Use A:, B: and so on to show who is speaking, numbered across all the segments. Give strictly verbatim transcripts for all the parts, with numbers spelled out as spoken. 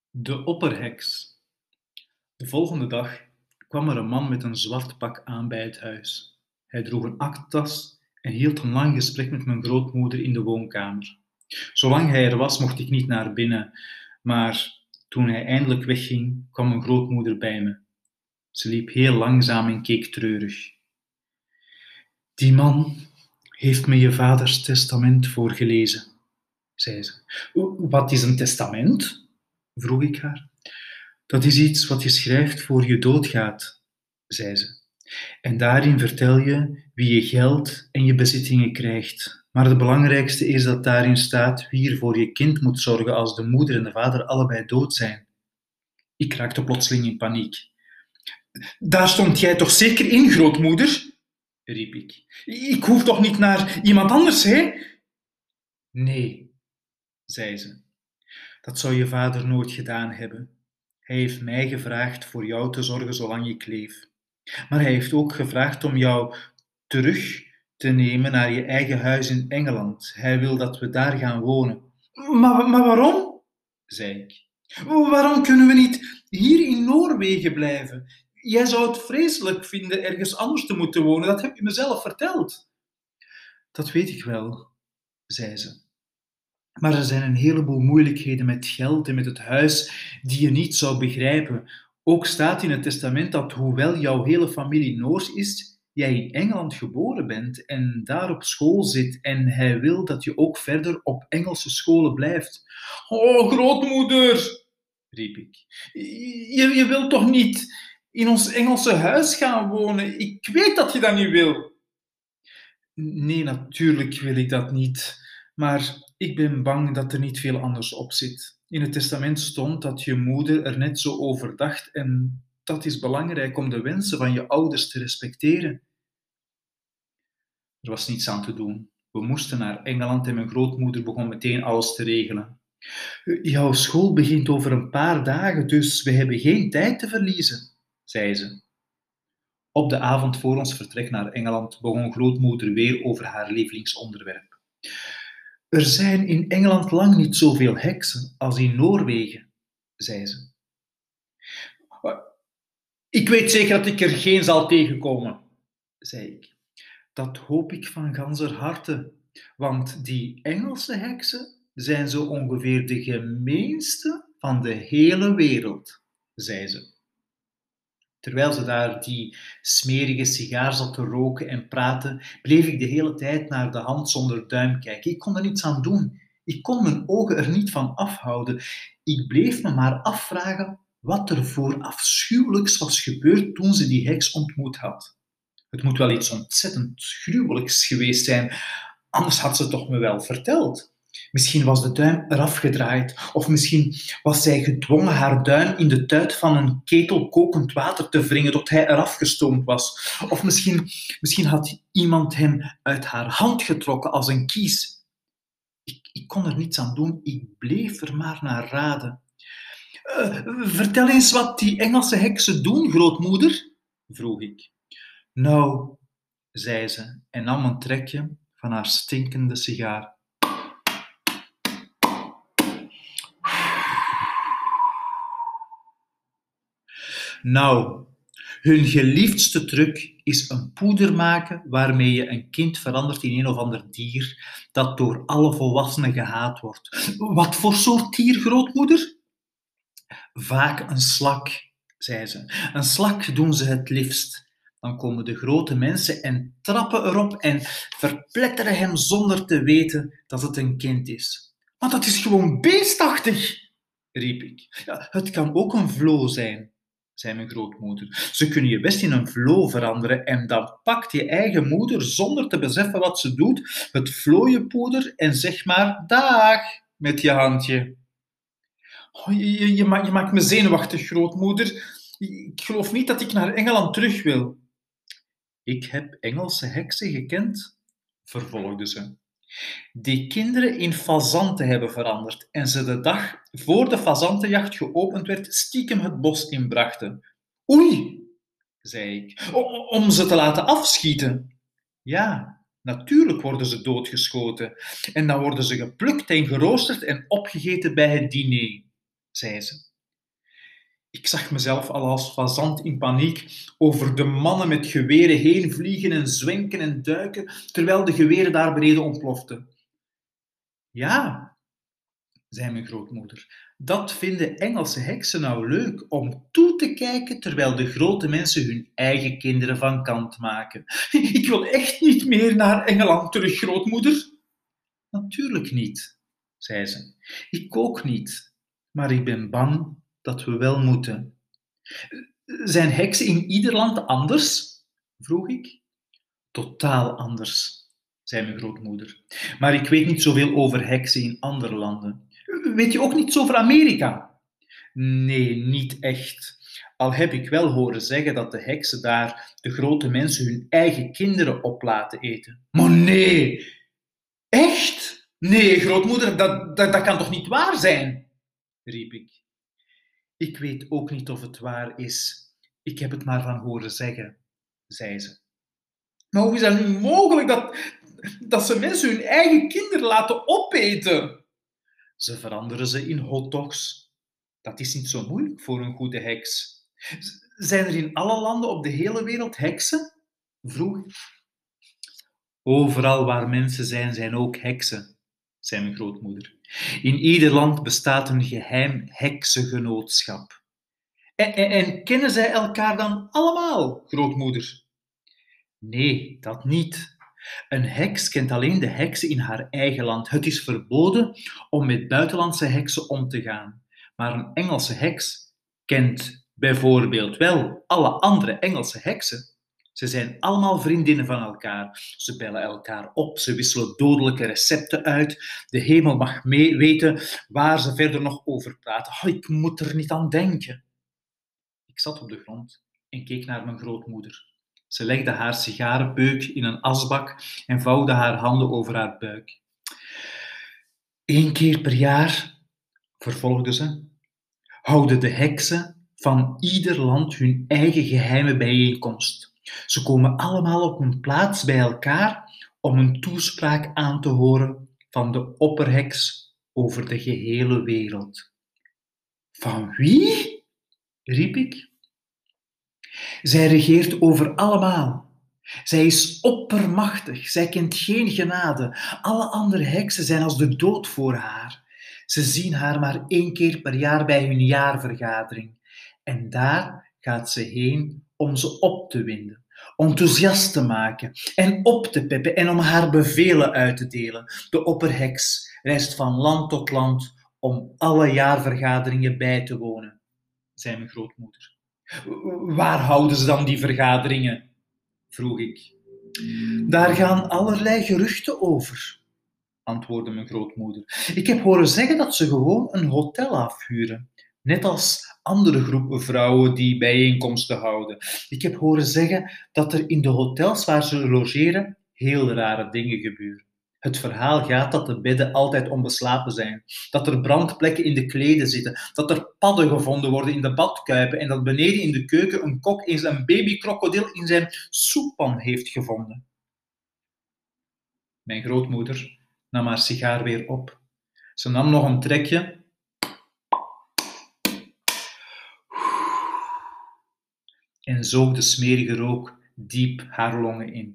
A: De opperheks. De volgende dag kwam er een man met een zwart pak aan bij het huis. Hij droeg een aktentas en hield een lang gesprek met mijn grootmoeder in de woonkamer. Zolang hij er was, mocht ik niet naar binnen, maar toen hij eindelijk wegging, kwam mijn grootmoeder bij me. Ze liep heel langzaam en keek treurig. Die man heeft me je vaders testament voorgelezen, zei ze. Wat is een testament? Vroeg ik haar. Dat is iets wat je schrijft voor je doodgaat, zei ze. En daarin vertel je wie je geld en je bezittingen krijgt. Maar het belangrijkste is dat daarin staat wie er voor je kind moet zorgen als de moeder en de vader allebei dood zijn. Ik raakte plotseling in paniek. Daar stond jij toch zeker in, grootmoeder? Riep ik. Ik hoef toch niet naar iemand anders, hè? Nee, zei ze. Dat zou je vader nooit gedaan hebben. Hij heeft mij gevraagd voor jou te zorgen zolang ik leef. Maar hij heeft ook gevraagd om jou terug te nemen naar je eigen huis in Engeland. Hij wil dat we daar gaan wonen. Maar, maar waarom? Zei ik. Waarom kunnen we niet hier in Noorwegen blijven? Jij zou het vreselijk vinden ergens anders te moeten wonen, dat heb je mezelf verteld. Dat weet ik wel, zei ze. Maar er zijn een heleboel moeilijkheden met geld en met het huis die je niet zou begrijpen. Ook staat in het testament dat hoewel jouw hele familie Noors is, jij in Engeland geboren bent en daar op school zit en hij wil dat je ook verder op Engelse scholen blijft. Oh, grootmoeder, riep ik. Je, je wilt toch niet in ons Engelse huis gaan wonen? Ik weet dat je dat niet wil. Nee, natuurlijk wil ik dat niet. Maar ik ben bang dat er niet veel anders op zit. In het testament stond dat je moeder er net zo over dacht en dat is belangrijk om de wensen van je ouders te respecteren. Er was niets aan te doen. We moesten naar Engeland en mijn grootmoeder begon meteen alles te regelen. Jouw school begint over een paar dagen, dus we hebben geen tijd te verliezen, zei ze. Op de avond voor ons vertrek naar Engeland begon grootmoeder weer over haar lievelingsonderwerp. Er zijn in Engeland lang niet zoveel heksen als in Noorwegen, zei ze. Ik weet zeker dat ik er geen zal tegenkomen, zei ik. Dat hoop ik van ganser harte, want die Engelse heksen zijn zo ongeveer de gemeenste van de hele wereld, zei ze. Terwijl ze daar die smerige sigaar zat te roken en praten, bleef ik de hele tijd naar de hand zonder duim kijken. Ik kon er niets aan doen. Ik kon mijn ogen er niet van afhouden. Ik bleef me maar afvragen wat er voor afschuwelijks was gebeurd toen ze die heks ontmoet had. Het moet wel iets ontzettend gruwelijks geweest zijn, anders had ze het toch me wel verteld. Misschien was de duim eraf gedraaid, of misschien was zij gedwongen haar duim in de tuit van een ketel kokend water te wringen tot hij eraf gestoomd was. Of misschien, misschien had iemand hem uit haar hand getrokken als een kies. Ik, ik kon er niets aan doen, ik bleef er maar naar raden. Uh, vertel eens wat die Engelse heksen doen, grootmoeder, vroeg ik. Nou, zei ze en nam een trekje van haar stinkende sigaar. Nou, hun geliefdste truc is een poeder maken waarmee je een kind verandert in een of ander dier dat door alle volwassenen gehaat wordt. Wat voor soort dier, grootmoeder? Vaak een slak, zei ze. Een slak doen ze het liefst. Dan komen de grote mensen en trappen erop en verpletteren hem zonder te weten dat het een kind is. Maar dat is gewoon beestachtig, riep ik. Ja, het kan ook een vloo zijn, zei mijn grootmoeder. Ze kunnen je best in een vloo veranderen en dan pakt je eigen moeder, zonder te beseffen wat ze doet, het vlooienpoeder en zeg maar dag met je handje. Oh, je, je, je, maakt, je maakt me zenuwachtig, grootmoeder. Ik geloof niet dat ik naar Engeland terug wil. Ik heb Engelse heksen gekend, vervolgde ze, die kinderen in fazanten hebben veranderd en ze de dag voor de fazantenjacht geopend werd stiekem het bos inbrachten. Oei, zei ik, om ze te laten afschieten. Ja, natuurlijk worden ze doodgeschoten en dan worden ze geplukt en geroosterd en opgegeten bij het diner, zei ze. Ik zag mezelf al als fazant in paniek over de mannen met geweren heen vliegen en zwenken en duiken, terwijl de geweren daar beneden ontploften. Ja, zei mijn grootmoeder, dat vinden Engelse heksen nou leuk, om toe te kijken terwijl de grote mensen hun eigen kinderen van kant maken. Ik wil echt niet meer naar Engeland terug, grootmoeder. Natuurlijk niet, zei ze. Ik ook niet, maar ik ben bang dat we wel moeten. Zijn heksen in ieder land anders? Vroeg ik. Totaal anders, zei mijn grootmoeder. Maar ik weet niet zoveel over heksen in andere landen. Weet je ook niets over Amerika? Nee, niet echt. Al heb ik wel horen zeggen dat de heksen daar de grote mensen hun eigen kinderen op laten eten. Maar nee! Echt? Nee, grootmoeder, dat, dat, dat kan toch niet waar zijn? Riep ik. Ik weet ook niet of het waar is. Ik heb het maar van horen zeggen, zei ze. Maar hoe is dat nu mogelijk dat, dat ze mensen hun eigen kinderen laten opeten? Ze veranderen ze in hotdogs. Dat is niet zo moeilijk voor een goede heks. Zijn er in alle landen op de hele wereld heksen? Vroeg ik. Overal waar mensen zijn, zijn ook heksen, zei mijn grootmoeder. In ieder land bestaat een geheim heksengenootschap. En, en, en kennen zij elkaar dan allemaal, grootmoeder? Nee, dat niet. Een heks kent alleen de heksen in haar eigen land. Het is verboden om met buitenlandse heksen om te gaan. Maar een Engelse heks kent bijvoorbeeld wel alle andere Engelse heksen. Ze zijn allemaal vriendinnen van elkaar. Ze bellen elkaar op, ze wisselen dodelijke recepten uit. De hemel mag mee weten waar ze verder nog over praten. Oh, ik moet er niet aan denken. Ik zat op de grond en keek naar mijn grootmoeder. Ze legde haar sigarenpeuk in een asbak en vouwde haar handen over haar buik. Eén keer per jaar, vervolgde ze, houden de heksen van ieder land hun eigen geheime bijeenkomst. Ze komen allemaal op een plaats bij elkaar om een toespraak aan te horen van de opperheks over de gehele wereld. Van wie? Riep ik. Zij regeert over allemaal. Zij is oppermachtig. Zij kent geen genade. Alle andere heksen zijn als de dood voor haar. Ze zien haar maar één keer per jaar bij hun jaarvergadering. En daar gaat ze heen om ze op te winden, enthousiast te maken en op te peppen en om haar bevelen uit te delen. De opperheks reist van land tot land om alle jaarvergaderingen bij te wonen, zei mijn grootmoeder. Waar houden ze dan die vergaderingen? Vroeg ik. Daar gaan allerlei geruchten over, antwoordde mijn grootmoeder. Ik heb horen zeggen dat ze gewoon een hotel afhuren, net als andere groepen vrouwen die bijeenkomsten houden. Ik heb horen zeggen dat er in de hotels waar ze logeren heel rare dingen gebeuren. Het verhaal gaat dat de bedden altijd onbeslapen zijn, dat er brandplekken in de kleden zitten, dat er padden gevonden worden in de badkuipen en dat beneden in de keuken een kok eens een babykrokodil in zijn soeppan heeft gevonden. Mijn grootmoeder nam haar sigaar weer op. Ze nam nog een trekje en zoog de smerige rook diep haar longen in.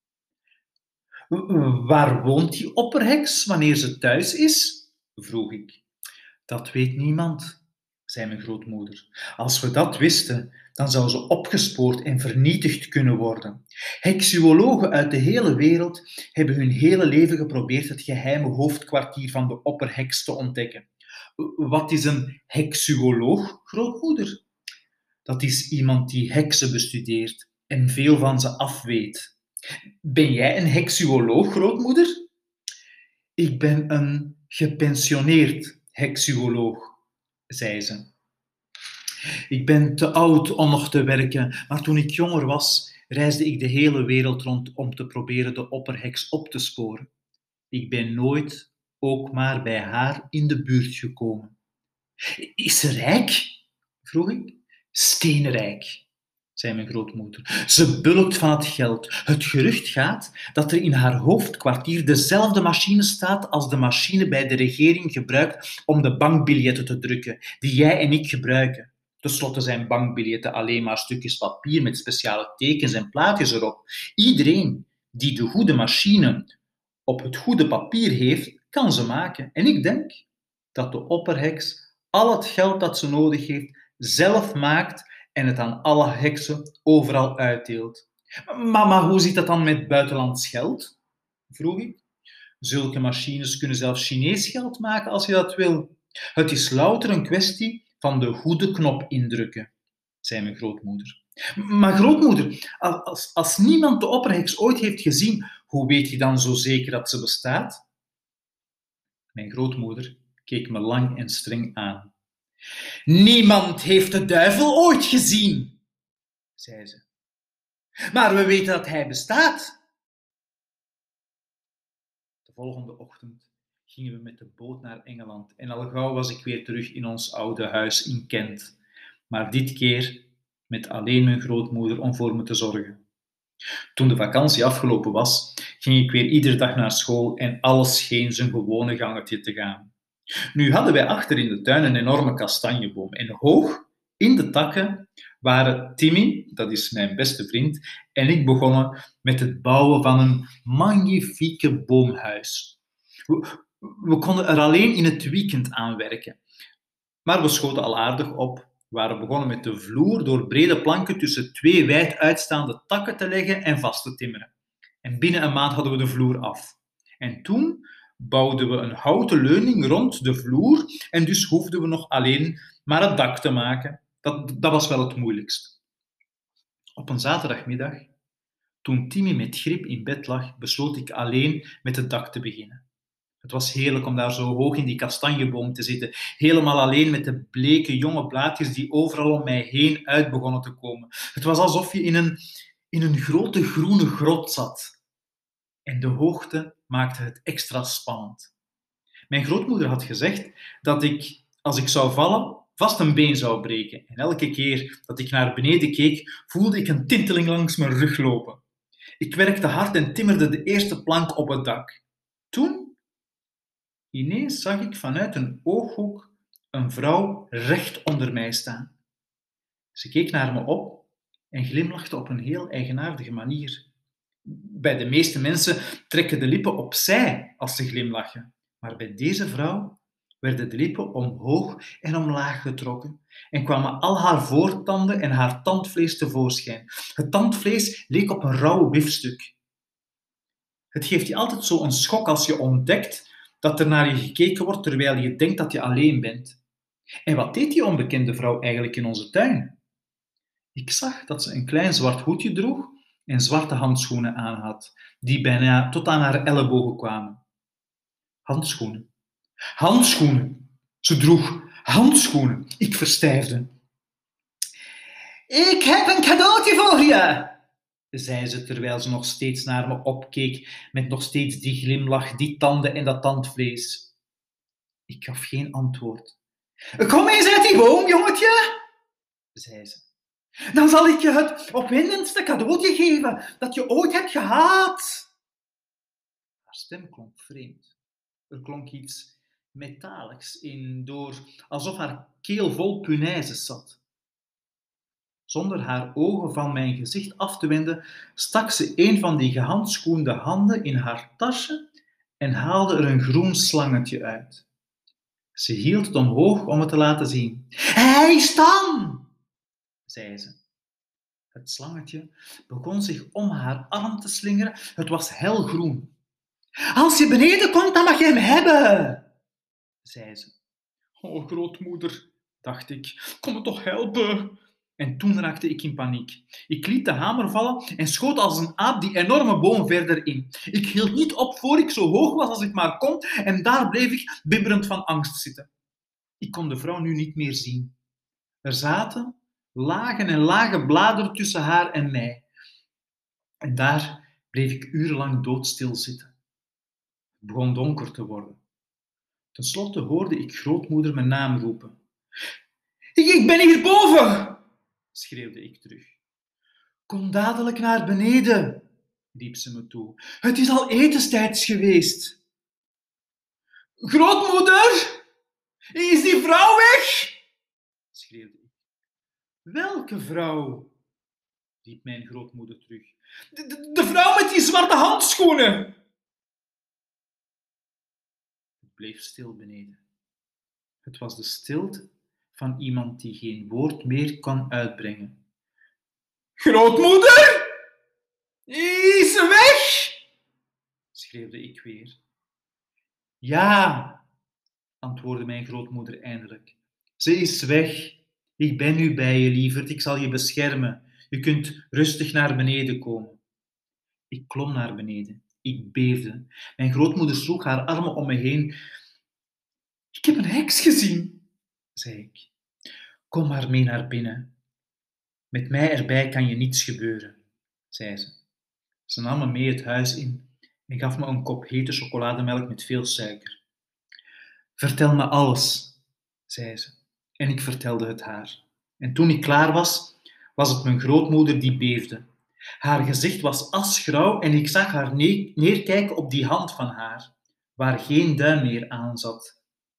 A: Waar woont die opperheks wanneer ze thuis is? Vroeg ik. Dat weet niemand, zei mijn grootmoeder. Als we dat wisten, dan zou ze opgespoord en vernietigd kunnen worden. Heksuologen uit de hele wereld hebben hun hele leven geprobeerd het geheime hoofdkwartier van de opperheks te ontdekken. Wat is een heksuoloog, grootmoeder? Dat is iemand die heksen bestudeert en veel van ze afweet. Ben jij een heksuoloog, grootmoeder? Ik ben een gepensioneerd heksuoloog, zei ze. Ik ben te oud om nog te werken, maar toen ik jonger was, reisde ik de hele wereld rond om te proberen de opperheks op te sporen. Ik ben nooit ook maar bij haar in de buurt gekomen. Is ze rijk? Vroeg ik. Steenrijk, zei mijn grootmoeder. Ze bulkt van het geld. Het gerucht gaat dat er in haar hoofdkwartier dezelfde machine staat als de machine bij de regering gebruikt om de bankbiljetten te drukken, die jij en ik gebruiken. Ten slotte zijn bankbiljetten alleen maar stukjes papier met speciale tekens en plaatjes erop. Iedereen die de goede machine op het goede papier heeft, kan ze maken. En ik denk dat de opperheks al het geld dat ze nodig heeft zelf maakt en het aan alle heksen overal uitdeelt. Maar, maar hoe zit dat dan met buitenlands geld? Vroeg ik. Zulke machines kunnen zelfs Chinees geld maken als je dat wil. Het is louter een kwestie van de goede knop indrukken, zei mijn grootmoeder. Maar grootmoeder, als, als niemand de opperheks ooit heeft gezien, hoe weet je dan zo zeker dat ze bestaat? Mijn grootmoeder keek me lang en streng aan. Niemand heeft de duivel ooit gezien, zei ze. Maar we weten dat hij bestaat. De volgende ochtend gingen we met de boot naar Engeland en al gauw was ik weer terug in ons oude huis in Kent. Maar dit keer met alleen mijn grootmoeder om voor me te zorgen. Toen de vakantie afgelopen was, ging ik weer iedere dag naar school en alles scheen zijn gewone gangetje te gaan. Nu hadden wij achter in de tuin een enorme kastanjeboom en hoog in de takken waren Timmy, dat is mijn beste vriend, en ik begonnen met het bouwen van een magnifieke boomhuis. We, we konden er alleen in het weekend aan werken, maar we schoten al aardig op. We waren begonnen met de vloer door brede planken tussen twee wijd uitstaande takken te leggen en vast te timmeren. En binnen een maand hadden we de vloer af. En toen bouwden we een houten leuning rond de vloer en dus hoefden we nog alleen maar het dak te maken. Dat, dat was wel het moeilijkst. Op een zaterdagmiddag, toen Timmy met griep in bed lag, besloot ik alleen met het dak te beginnen. Het was heerlijk om daar zo hoog in die kastanjeboom te zitten, helemaal alleen met de bleke jonge blaadjes die overal om mij heen uit begonnen te komen. Het was alsof je in een, in een grote groene grot zat. En de hoogte maakte het extra spannend. Mijn grootmoeder had gezegd dat ik, als ik zou vallen, vast een been zou breken. En elke keer dat ik naar beneden keek, voelde ik een tinteling langs mijn rug lopen. Ik werkte hard en timmerde de eerste plank op het dak. Toen Ineens zag ik vanuit een ooghoek een vrouw recht onder mij staan. Ze keek naar me op en glimlachte op een heel eigenaardige manier. Bij de meeste mensen trekken de lippen opzij als ze glimlachen, maar bij deze vrouw werden de lippen omhoog en omlaag getrokken en kwamen al haar voortanden en haar tandvlees tevoorschijn. Het tandvlees leek op een rauw biefstuk. Het geeft je altijd zo'n schok als je ontdekt dat er naar je gekeken wordt terwijl je denkt dat je alleen bent. En wat deed die onbekende vrouw eigenlijk in onze tuin? Ik zag dat ze een klein zwart hoedje droeg en zwarte handschoenen aan had, die bijna tot aan haar ellebogen kwamen. Handschoenen. Handschoenen. Ze droeg handschoenen. Ik verstijfde. Ik heb een cadeautje voor je, zei ze terwijl ze nog steeds naar me opkeek, met nog steeds die glimlach, die tanden en dat tandvlees. Ik gaf geen antwoord. Kom eens uit die boom, jongetje, zei ze. Dan zal ik je het opwindendste cadeautje geven dat je ooit hebt gehad. Haar stem klonk vreemd. Er klonk iets metaligs in, door, alsof haar keel vol punaises zat. Zonder haar ogen van mijn gezicht af te wenden, stak ze een van die gehandschoende handen in haar tasje en haalde er een groen slangetje uit. Ze hield het omhoog om het te laten zien. Hij is dan, zei ze. Het slangetje begon zich om haar arm te slingeren. Het was helgroen. Als je beneden komt, dan mag je hem hebben, zei ze. Oh, grootmoeder, dacht ik, kom me toch helpen. En toen raakte ik in paniek. Ik liet de hamer vallen en schoot als een aap die enorme boom verder in. Ik hield niet op voor ik zo hoog was als ik maar kon en daar bleef ik bibberend van angst zitten. Ik kon de vrouw nu niet meer zien. Er zaten lagen en lage bladeren tussen haar en mij. En daar bleef ik urenlang doodstil zitten. Het begon donker te worden. Ten slotte hoorde ik grootmoeder mijn naam roepen. Ik ben hierboven, schreeuwde ik terug. Kom dadelijk naar beneden, riep ze me toe. Het is al etenstijds geweest. Grootmoeder, is die vrouw weg? Schreeuwde ik. Welke vrouw? Riep mijn grootmoeder terug. De, de, de vrouw met die zwarte handschoenen! Het bleef stil beneden. Het was de stilte van iemand die geen woord meer kan uitbrengen. Grootmoeder! Is ze weg? Schreeuwde ik weer. Ja, antwoordde mijn grootmoeder eindelijk. Ze is weg. Ik ben nu bij je, lieverd. Ik zal je beschermen. Je kunt rustig naar beneden komen. Ik klom naar beneden. Ik beefde. Mijn grootmoeder sloeg haar armen om me heen. Ik heb een heks gezien, zei ik. Kom maar mee naar binnen. Met mij erbij kan je niets gebeuren, zei ze. Ze nam me mee het huis in en gaf me een kop hete chocolademelk met veel suiker. Vertel me alles, zei ze. En ik vertelde het haar. En toen ik klaar was, was het mijn grootmoeder die beefde. Haar gezicht was asgrauw en ik zag haar ne- neerkijken op die hand van haar, waar geen duim meer aan zat.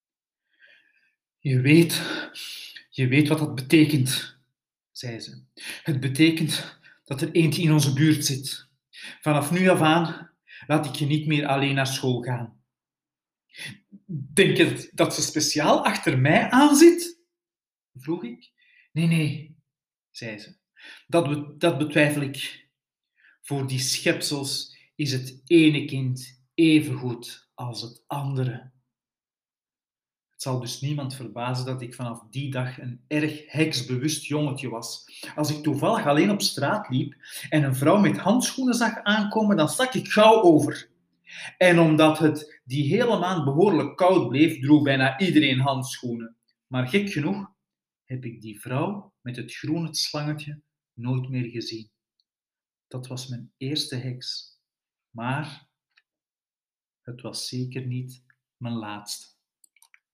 A: Je weet, je weet wat dat betekent, zei ze. Het betekent dat er eentje in onze buurt zit. Vanaf nu af aan laat ik je niet meer alleen naar school gaan. Denk je dat ze speciaal achter mij aanzit? Vroeg ik. Nee, nee, zei ze. Dat, be- dat betwijfel ik. Voor die schepsels is het ene kind even goed als het andere. Het zal dus niemand verbazen dat ik vanaf die dag een erg heksbewust jongetje was. Als ik toevallig alleen op straat liep en een vrouw met handschoenen zag aankomen, dan stak ik gauw over. En omdat het die hele maand behoorlijk koud bleef, droeg bijna iedereen handschoenen. Maar gek genoeg heb ik die vrouw met het groene slangetje nooit meer gezien. Dat was mijn eerste heks. Maar het was zeker niet mijn laatste.